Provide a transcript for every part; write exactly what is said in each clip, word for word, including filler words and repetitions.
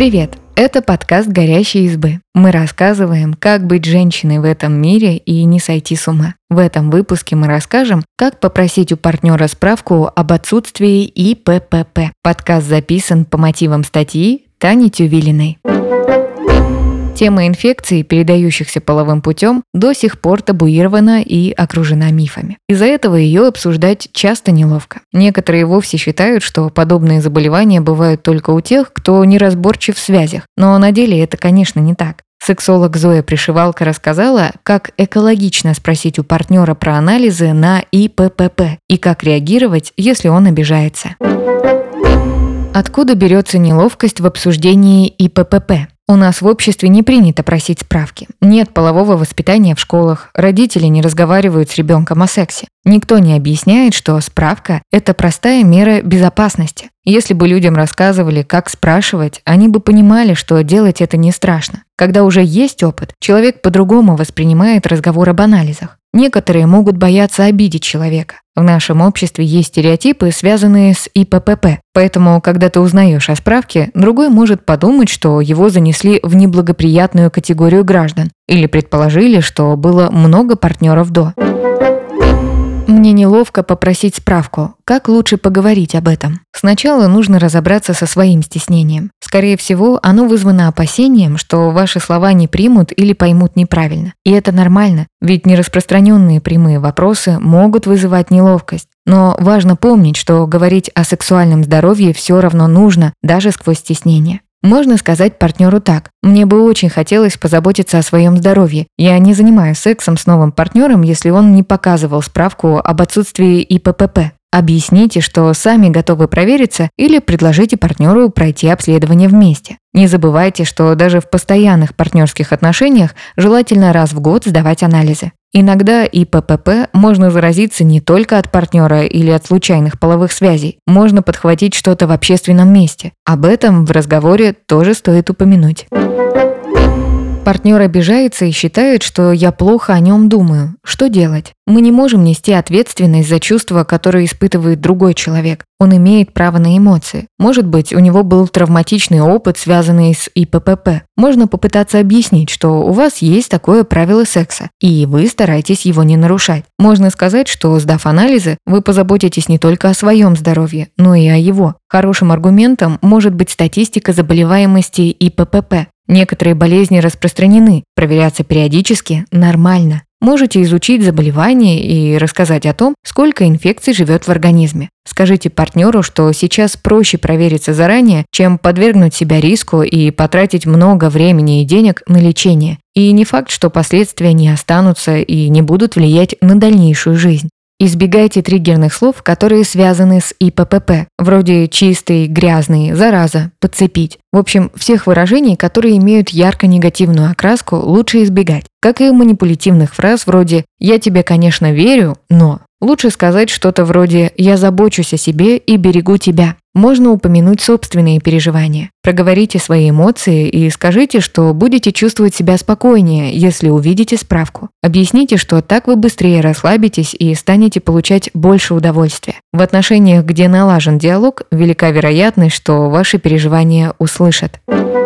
Привет! Это подкаст «Горящие избы». Мы рассказываем, как быть женщиной в этом мире и не сойти с ума. В этом выпуске мы расскажем, как попросить у партнера справку об отсутствии И П П П. Подкаст записан по мотивам статьи Тани Тювилиной. Тема инфекций, передающихся половым путем, до сих пор табуирована и окружена мифами. Из-за этого ее обсуждать часто неловко. Некоторые вовсе считают, что подобные заболевания бывают только у тех, кто неразборчив в связях. Но на деле это, конечно, не так. Сексолог Зоя Пришивалко рассказала, как экологично спросить у партнера про анализы на И П П П и как реагировать, если он обижается. Откуда берется неловкость в обсуждении И П П П? У нас в обществе не принято просить справки. Нет полового воспитания в школах, родители не разговаривают с ребенком о сексе. Никто не объясняет, что справка – это простая мера безопасности. Если бы людям рассказывали, как спрашивать, они бы понимали, что делать это не страшно. Когда уже есть опыт, человек по-другому воспринимает разговор об анализах. Некоторые могут бояться обидеть человека. В нашем обществе есть стереотипы, связанные с И П П П. Поэтому, когда ты узнаешь о справке, другой может подумать, что его занесли в неблагоприятную категорию граждан или предположили, что было много партнеров до. Мне неловко попросить справку. Как лучше поговорить об этом? Сначала нужно разобраться со своим стеснением. Скорее всего, оно вызвано опасением, что ваши слова не примут или поймут неправильно. И это нормально, ведь нераспространенные прямые вопросы могут вызывать неловкость. Но важно помнить, что говорить о сексуальном здоровье все равно нужно, даже сквозь стеснение. Можно сказать партнеру так: «Мне бы очень хотелось позаботиться о своем здоровье. Я не занимаюсь сексом с новым партнером, если он не показывал справку об отсутствии И П П П». Объясните, что сами готовы провериться, или предложите партнеру пройти обследование вместе. Не забывайте, что даже в постоянных партнерских отношениях желательно раз в год сдавать анализы. Иногда И П П П можно заразиться не только от партнера или от случайных половых связей. Можно подхватить что-то в общественном месте. Об этом в разговоре тоже стоит упомянуть. Партнер обижается и считает, что я плохо о нем думаю. Что делать? Мы не можем нести ответственность за чувства, которые испытывает другой человек. Он имеет право на эмоции. Может быть, у него был травматичный опыт, связанный с И П П П. Можно попытаться объяснить, что у вас есть такое правило секса, и вы стараетесь его не нарушать. Можно сказать, что, сдав анализы, вы позаботитесь не только о своем здоровье, но и о его. Хорошим аргументом может быть статистика заболеваемости И П П П. Некоторые болезни распространены, проверяться периодически нормально. Можете изучить заболевание и рассказать о том, сколько инфекций живет в организме. Скажите партнеру, что сейчас проще провериться заранее, чем подвергнуть себя риску и потратить много времени и денег на лечение. И не факт, что последствия не останутся и не будут влиять на дальнейшую жизнь. Избегайте триггерных слов, которые связаны с И П П П, вроде «чистый», «грязный», «зараза», «подцепить». В общем, всех выражений, которые имеют ярко негативную окраску, лучше избегать. Как и манипулятивных фраз вроде «я тебе, конечно, верю, но…». Лучше сказать что-то вроде «я забочусь о себе и берегу тебя». Можно упомянуть собственные переживания. Проговорите свои эмоции и скажите, что будете чувствовать себя спокойнее, если увидите справку. Объясните, что так вы быстрее расслабитесь и станете получать больше удовольствия. В отношениях, где налажен диалог, велика вероятность, что ваши переживания услышат.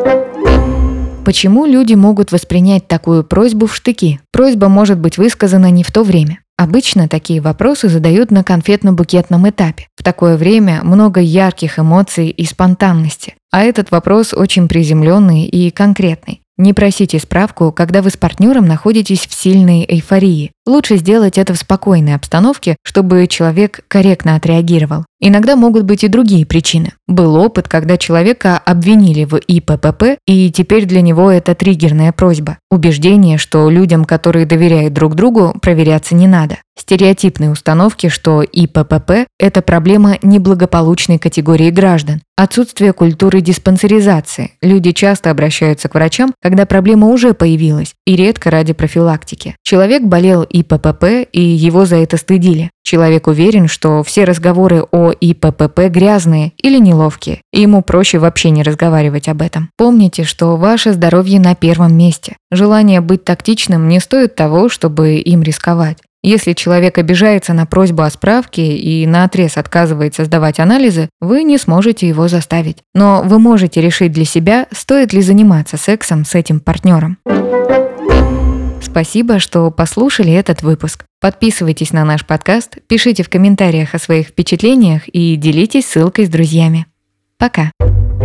Почему люди могут воспринять такую просьбу в штыки? Просьба может быть высказана не в то время. Обычно такие вопросы задают на конфетно-букетном этапе. В такое время много ярких эмоций и спонтанности. А этот вопрос очень приземленный и конкретный. Не просите справку, когда вы с партнером находитесь в сильной эйфории. Лучше сделать это в спокойной обстановке, чтобы человек корректно отреагировал. Иногда могут быть и другие причины. Был опыт, когда человека обвинили в И П П П, и теперь для него это триггерная просьба. Убеждение, что людям, которые доверяют друг другу, проверяться не надо. Стереотипные установки, что И П П П – это проблема неблагополучной категории граждан. Отсутствие культуры диспансеризации. Люди часто обращаются к врачам, когда проблема уже появилась, и редко ради профилактики. Человек болел И П П П, и его за это стыдили. Человек уверен, что все разговоры о И П П П грязные или неловкие, и ему проще вообще не разговаривать об этом. Помните, что ваше здоровье на первом месте. Желание быть тактичным не стоит того, чтобы им рисковать. Если человек обижается на просьбу о справке и наотрез отказывается сдавать анализы, вы не сможете его заставить. Но вы можете решить для себя, стоит ли заниматься сексом с этим партнером. Спасибо, что послушали этот выпуск. Подписывайтесь на наш подкаст, пишите в комментариях о своих впечатлениях и делитесь ссылкой с друзьями. Пока!